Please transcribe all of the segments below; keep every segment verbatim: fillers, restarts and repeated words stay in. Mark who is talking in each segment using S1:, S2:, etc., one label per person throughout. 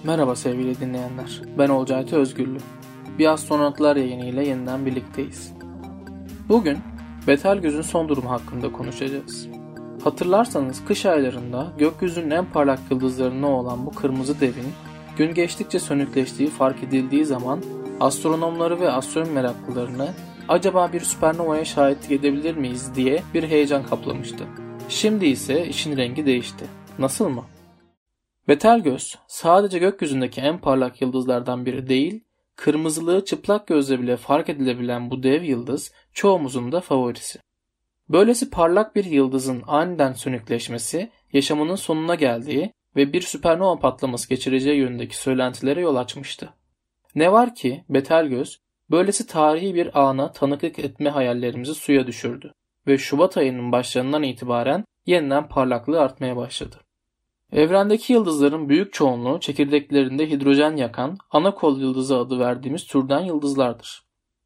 S1: Merhaba sevgili dinleyenler, ben Olcay Özgürlü. Bir Astronotlar yayını ile yeniden birlikteyiz. Bugün Betelgöz'ün son durumu hakkında konuşacağız. Hatırlarsanız kış aylarında gökyüzünün en parlak yıldızlarından olan bu kırmızı devin gün geçtikçe sönükleştiği fark edildiği zaman astronomları ve astronomi meraklılarını acaba bir süpernovaya şahitlik edebilir miyiz diye bir heyecan kaplamıştı. Şimdi ise işin rengi değişti. Nasıl mı? Betelgöz sadece gökyüzündeki en parlak yıldızlardan biri değil, kırmızılığı çıplak gözle bile fark edilebilen bu dev yıldız çoğumuzun da favorisi. Böylesi parlak bir yıldızın aniden sönükleşmesi, yaşamının sonuna geldiği ve bir süpernova patlaması geçireceği yönündeki söylentilere yol açmıştı. Ne var ki Betelgöz, böylesi tarihi bir ana tanıklık etme hayallerimizi suya düşürdü ve Şubat ayının başlarından itibaren yeniden parlaklığı artmaya başladı. Evrendeki yıldızların büyük çoğunluğu çekirdeklerinde hidrojen yakan ana kol yıldızı adı verdiğimiz türden yıldızlardır.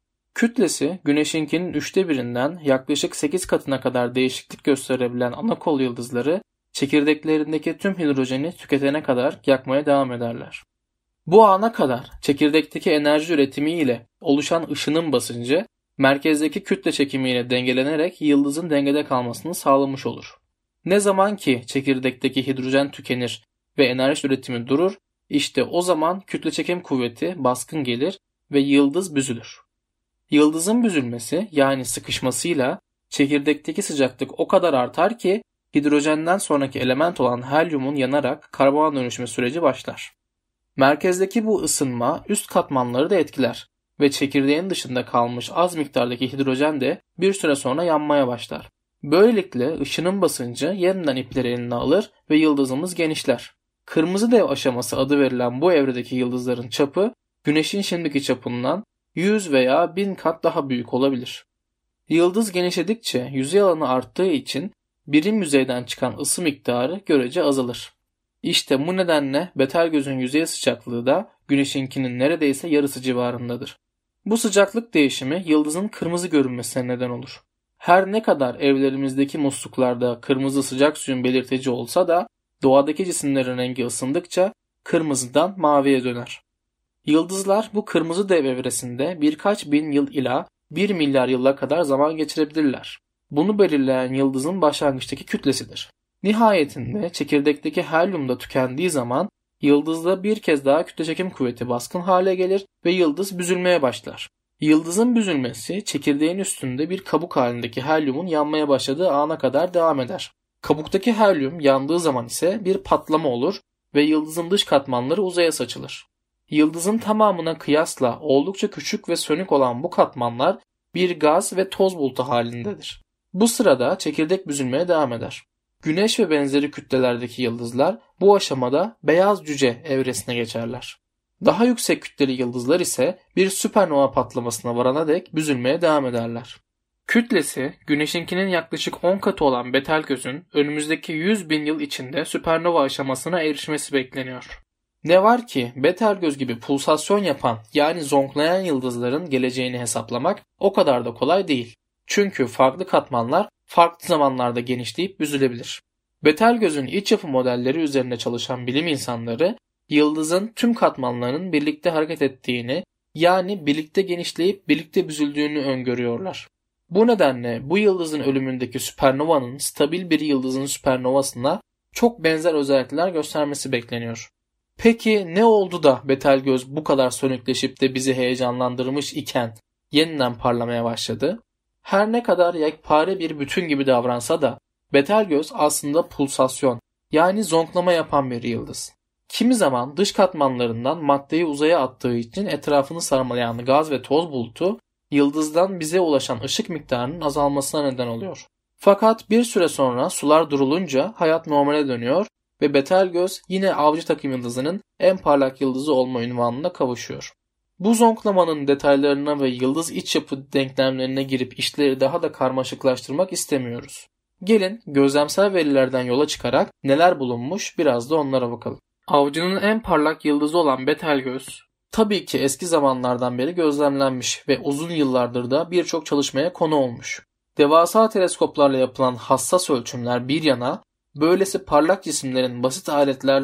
S1: Kütlesi Güneş'inkinin üçte birinden yaklaşık sekiz katına kadar değişiklik gösterebilen ana kol yıldızları çekirdeklerindeki tüm hidrojeni tüketene kadar yakmaya devam ederler. Bu ana kadar çekirdekteki enerji üretimi ile oluşan ışının basıncı merkezdeki kütle çekimiyle dengelenerek yıldızın dengede kalmasını sağlamış olur. Ne zaman ki çekirdekteki hidrojen tükenir ve enerji üretimi durur, işte o zaman kütle çekim kuvveti baskın gelir ve yıldız büzülür. Yıldızın büzülmesi yani sıkışmasıyla çekirdekteki sıcaklık o kadar artar ki hidrojenden sonraki element olan helyumun yanarak karbona dönüşme süreci başlar. Merkezdeki bu ısınma üst katmanları da etkiler ve çekirdeğin dışında kalmış az miktardaki hidrojen de bir süre sonra yanmaya başlar. Böylelikle ışının basıncı yeniden ipleri eline alır ve yıldızımız genişler. Kırmızı dev aşaması adı verilen bu evredeki yıldızların çapı Güneş'in şimdiki çapından yüz veya bin kat daha büyük olabilir. Yıldız genişledikçe yüzey alanı arttığı için birim yüzeyden çıkan ısı miktarı görece azalır. İşte bu nedenle Betelgöz'ün yüzey sıcaklığı da Güneş'inkinin neredeyse yarısı civarındadır. Bu sıcaklık değişimi yıldızın kırmızı görünmesine neden olur. Her ne kadar evlerimizdeki musluklarda kırmızı sıcak suyun belirtici olsa da doğadaki cisimlerin rengi ısındıkça kırmızıdan maviye döner. Yıldızlar bu kırmızı dev evresinde birkaç bin yıl ila bir milyar yıla kadar zaman geçirebilirler. Bunu belirleyen yıldızın başlangıçtaki kütlesidir. Nihayetinde çekirdekteki helyum da tükendiği zaman yıldızda bir kez daha kütle çekim kuvveti baskın hale gelir ve yıldız büzülmeye başlar. Yıldızın büzülmesi çekirdeğin üstünde bir kabuk halindeki helyumun yanmaya başladığı ana kadar devam eder. Kabuktaki helyum yandığı zaman ise bir patlama olur ve yıldızın dış katmanları uzaya saçılır. Yıldızın tamamına kıyasla oldukça küçük ve sönük olan bu katmanlar bir gaz ve toz bulutu halindedir. Bu sırada çekirdek büzülmeye devam eder. Güneş ve benzeri kütlelerdeki yıldızlar bu aşamada beyaz cüce evresine geçerler. Daha yüksek kütleli yıldızlar ise bir süpernova patlamasına varana dek büzülmeye devam ederler. Kütlesi Güneş'inkinin yaklaşık on katı olan Betelgöz'ün önümüzdeki yüz bin yıl içinde süpernova aşamasına erişmesi bekleniyor. Ne var ki Betelgöz gibi pulsasyon yapan yani zonklayan yıldızların geleceğini hesaplamak o kadar da kolay değil. Çünkü farklı katmanlar farklı zamanlarda genişleyip büzülebilir. Betelgöz'ün iç yapı modelleri üzerinde çalışan bilim insanları yıldızın tüm katmanlarının birlikte hareket ettiğini yani birlikte genişleyip birlikte büzüldüğünü öngörüyorlar. Bu nedenle bu yıldızın ölümündeki süpernovanın stabil bir yıldızın süpernovasına çok benzer özellikler göstermesi bekleniyor. Peki ne oldu da Betelgöz bu kadar sönükleşip de bizi heyecanlandırmış iken yeniden parlamaya başladı? Her ne kadar yekpare bir bütün gibi davransa da Betelgöz aslında pulsasyon yani zonklama yapan bir yıldız. Kimi zaman dış katmanlarından maddeyi uzaya attığı için etrafını sarmalayan gaz ve toz bulutu yıldızdan bize ulaşan ışık miktarının azalmasına neden oluyor. Fakat bir süre sonra sular durulunca hayat normale dönüyor ve Betelgöz yine avcı takım yıldızının en parlak yıldızı olma ünvanına kavuşuyor. Bu zonklamanın detaylarına ve yıldız iç yapı denklemlerine girip işleri daha da karmaşıklaştırmak istemiyoruz. Gelin gözlemsel verilerden yola çıkarak neler bulunmuş biraz da onlara bakalım. Avcının en parlak yıldızı olan Betelgöz, tabii ki eski zamanlardan beri gözlemlenmiş ve uzun yıllardır da birçok çalışmaya konu olmuş. Devasa teleskoplarla yapılan hassas ölçümler bir yana, böylesi parlak cisimlerin basit aletlerle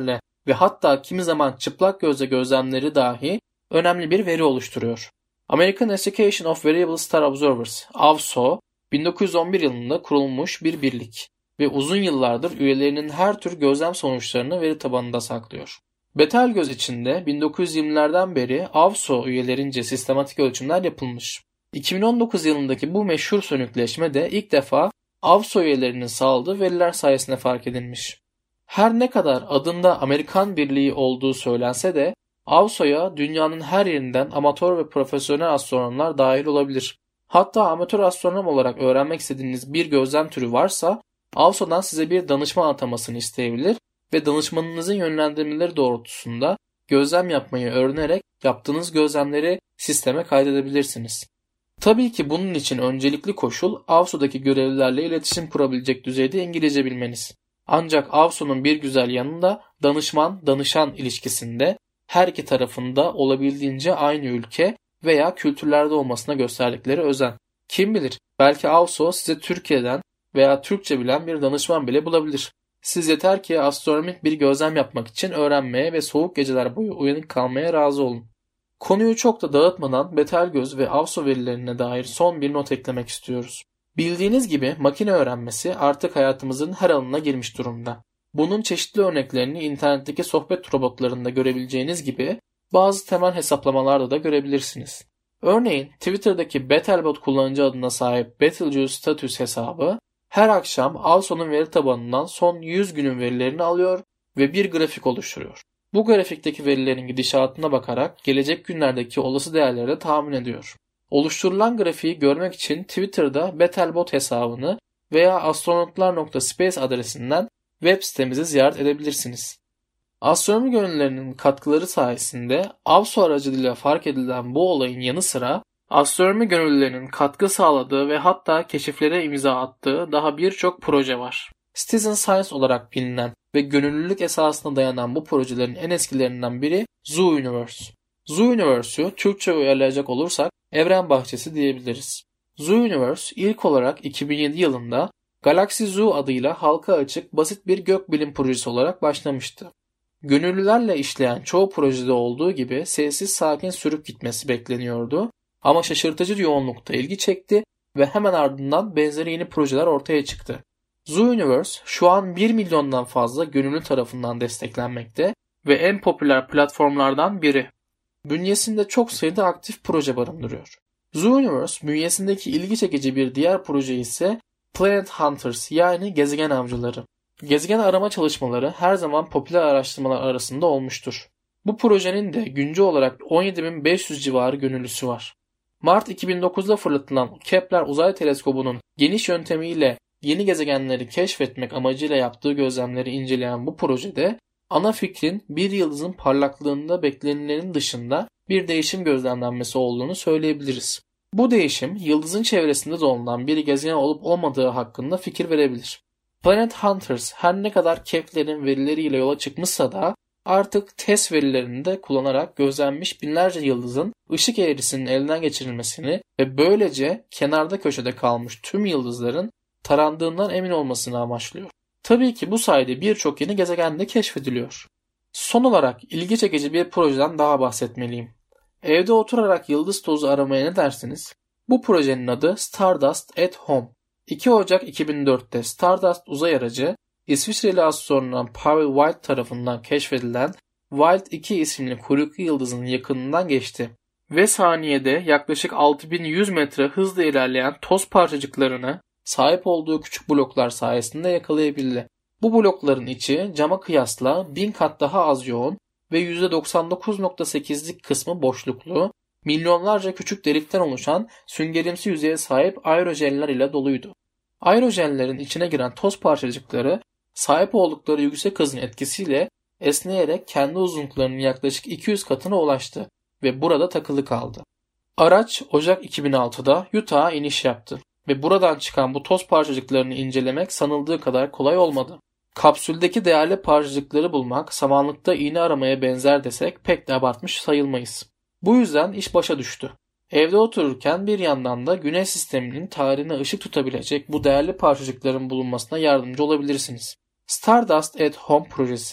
S1: ve hatta kimi zaman çıplak gözle gözlemleri dahi önemli bir veri oluşturuyor. American Association of Variable Star Observers, A V S O, bin dokuz yüz on bir yılında kurulmuş bir birlik ve uzun yıllardır üyelerinin her tür gözlem sonuçlarını veri tabanında saklıyor. Betelgeuse içinde bin dokuz yüz yirmilerden beri A V S O üyelerince sistematik ölçümler yapılmış. iki bin on dokuz yılındaki bu meşhur sönükleşme de ilk defa A V S O üyelerinin sağladığı veriler sayesinde fark edilmiş. Her ne kadar adında Amerikan Birliği olduğu söylense de A V S O'ya dünyanın her yerinden amatör ve profesyonel astronomlar dahil olabilir. Hatta amatör astronom olarak öğrenmek istediğiniz bir gözlem türü varsa A V S O'dan size bir danışman atamasını isteyebilir ve danışmanınızın yönlendirmeleri doğrultusunda gözlem yapmayı öğrenerek yaptığınız gözlemleri sisteme kaydedebilirsiniz. Tabii ki bunun için öncelikli koşul A V S O'daki görevlilerle iletişim kurabilecek düzeyde İngilizce bilmeniz. Ancak A V S O'nun bir güzel yanında danışman-danışan ilişkisinde her iki tarafında olabildiğince aynı ülke veya kültürlerde olmasına gösterdikleri özen. Kim bilir, belki A V S O size Türkiye'den veya Türkçe bilen bir danışman bile bulabilir. Siz yeter ki astronomik bir gözlem yapmak için öğrenmeye ve soğuk geceler boyu uyanık kalmaya razı olun. Konuyu çok da dağıtmadan Betelgeuse ve A V S O verilerine dair son bir not eklemek istiyoruz. Bildiğiniz gibi makine öğrenmesi artık hayatımızın her alanına girmiş durumda. Bunun çeşitli örneklerini internetteki sohbet robotlarında görebileceğiniz gibi bazı temel hesaplamalarda da görebilirsiniz. Örneğin Twitter'daki Betelbot kullanıcı adına sahip Betelgeuse Status hesabı her akşam A V S O'nun veri tabanından son yüz günün verilerini alıyor ve bir grafik oluşturuyor. Bu grafikteki verilerin gidişatına bakarak gelecek günlerdeki olası değerleri de tahmin ediyor. Oluşturulan grafiği görmek için Twitter'da Betelbot hesabını veya astronotlar nokta space adresinden web sitemizi ziyaret edebilirsiniz. Astronomi gönüllülerinin katkıları sayesinde A V S O aracılığıyla fark edilen bu olayın yanı sıra astronomi gönüllülerinin katkı sağladığı ve hatta keşiflere imza attığı daha birçok proje var. Citizen Science olarak bilinen ve gönüllülük esasına dayanan bu projelerin en eskilerinden biri Zoo Universe. Zoo Universe'ü Türkçe uyarlayacak olursak Evren Bahçesi diyebiliriz. Zoo Universe ilk olarak iki bin yedi yılında Galaxy Zoo adıyla halka açık basit bir gökbilim projesi olarak başlamıştı. Gönüllülerle işleyen çoğu projede olduğu gibi sessiz sakin sürüp gitmesi bekleniyordu ama şaşırtıcı yoğunlukta ilgi çekti ve hemen ardından benzeri yeni projeler ortaya çıktı. Zoo Universe şu an bir milyondan fazla gönüllü tarafından desteklenmekte ve en popüler platformlardan biri. Bünyesinde çok sayıda aktif proje barındırıyor. Zoo Universe bünyesindeki ilgi çekici bir diğer proje ise Planet Hunters yani gezegen avcıları. Gezegen arama çalışmaları her zaman popüler araştırmalar arasında olmuştur. Bu projenin de güncel olarak on yedi bin beş yüz civarı gönüllüsü var. Mart iki bin dokuzda fırlatılan Kepler Uzay Teleskobu'nun geniş yöntemiyle yeni gezegenleri keşfetmek amacıyla yaptığı gözlemleri inceleyen bu projede ana fikrin bir yıldızın parlaklığında beklenilenin dışında bir değişim gözlemlenmesi olduğunu söyleyebiliriz. Bu değişim yıldızın çevresinde dolanan bir gezegen olup olmadığı hakkında fikir verebilir. Planet Hunters her ne kadar Kepler'in verileriyle yola çıkmışsa da artık test verilerini de kullanarak gözlenmiş binlerce yıldızın ışık eğrisinin elden geçirilmesini ve böylece kenarda köşede kalmış tüm yıldızların tarandığından emin olmasını amaçlıyor. Tabii ki bu sayede birçok yeni gezegen de keşfediliyor. Son olarak ilgi çekici bir projeden daha bahsetmeliyim. Evde oturarak yıldız tozu aramaya ne dersiniz? Bu projenin adı Stardust at Home. iki Ocak iki bin dörtte Stardust uzay aracı İsviçreli astronom Pavel Wild tarafından keşfedilen Wild iki isimli kuyruklu yıldızın yakınından geçti ve saniyede yaklaşık altı bin yüz metre hızla ilerleyen toz parçacıklarını sahip olduğu küçük bloklar sayesinde yakalayabildi. Bu blokların içi cama kıyasla bin kat daha az yoğun ve yüzde doksan dokuz nokta sekizlik kısmı boşluklu, milyonlarca küçük delikten oluşan süngerimsi yüzeye sahip aerojeller ile doluydu. Aerojellerin içine giren toz parçacıkları sahip oldukları yüksek hızın etkisiyle esneyerek kendi uzunluklarının yaklaşık iki yüz katına ulaştı ve burada takılı kaldı. Araç Ocak iki bin altıda Utah'a iniş yaptı ve buradan çıkan bu toz parçacıklarını incelemek sanıldığı kadar kolay olmadı. Kapsüldeki değerli parçacıkları bulmak samanlıkta iğne aramaya benzer desek pek de abartmış sayılmayız. Bu yüzden iş başa düştü. Evde otururken bir yandan da Güneş sisteminin tarihine ışık tutabilecek bu değerli parçacıkların bulunmasına yardımcı olabilirsiniz. Stardust at Home projesi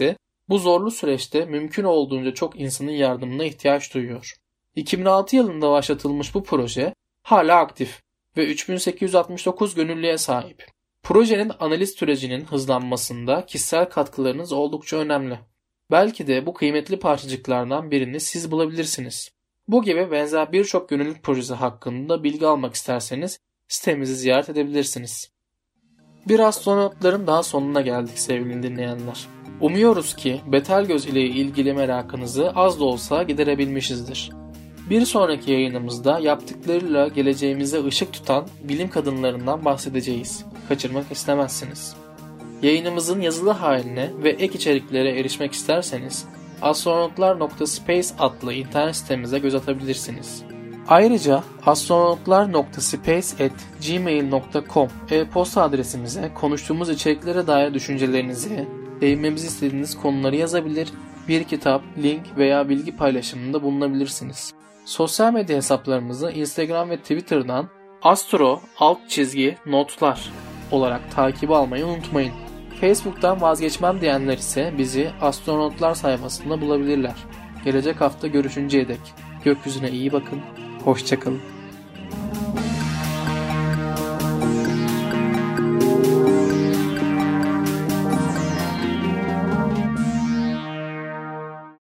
S1: Bu zorlu süreçte mümkün olduğunca çok insanın yardımına ihtiyaç duyuyor. iki bin altı yılında başlatılmış bu proje hala aktif ve üç bin sekiz yüz altmış dokuz gönüllüye sahip. Projenin analiz sürecinin hızlanmasında kişisel katkılarınız oldukça önemli. Belki de bu kıymetli parçacıklardan birini siz bulabilirsiniz. Bu gibi benzer birçok gönüllülük projesi hakkında bilgi almak isterseniz sitemizi ziyaret edebilirsiniz. Bir astronotların daha sonuna geldik sevgili dinleyenler. Umuyoruz ki Betelgeuse ile ilgili merakınızı az da olsa giderebilmişizdir. Bir sonraki yayınımızda yaptıklarıyla geleceğimize ışık tutan bilim kadınlarından bahsedeceğiz. Kaçırmak istemezsiniz. Yayınımızın yazılı haline ve ek içeriklere erişmek isterseniz astronotlar nokta space adlı internet sitemize göz atabilirsiniz. Ayrıca astronotlar nokta space at gmail nokta com e-posta adresimize konuştuğumuz içeriklere dair düşüncelerinizi, değinmemizi istediğiniz konuları yazabilir, bir kitap, link veya bilgi paylaşımında bulunabilirsiniz. Sosyal medya hesaplarımızı Instagram ve Twitter'dan astro alt çizgi notlar olarak takip almayı unutmayın. Facebook'tan vazgeçmem diyenler ise bizi astronotlar sayfasında bulabilirler. Gelecek hafta görüşünceye dek gökyüzüne iyi bakın, hoşça kalın.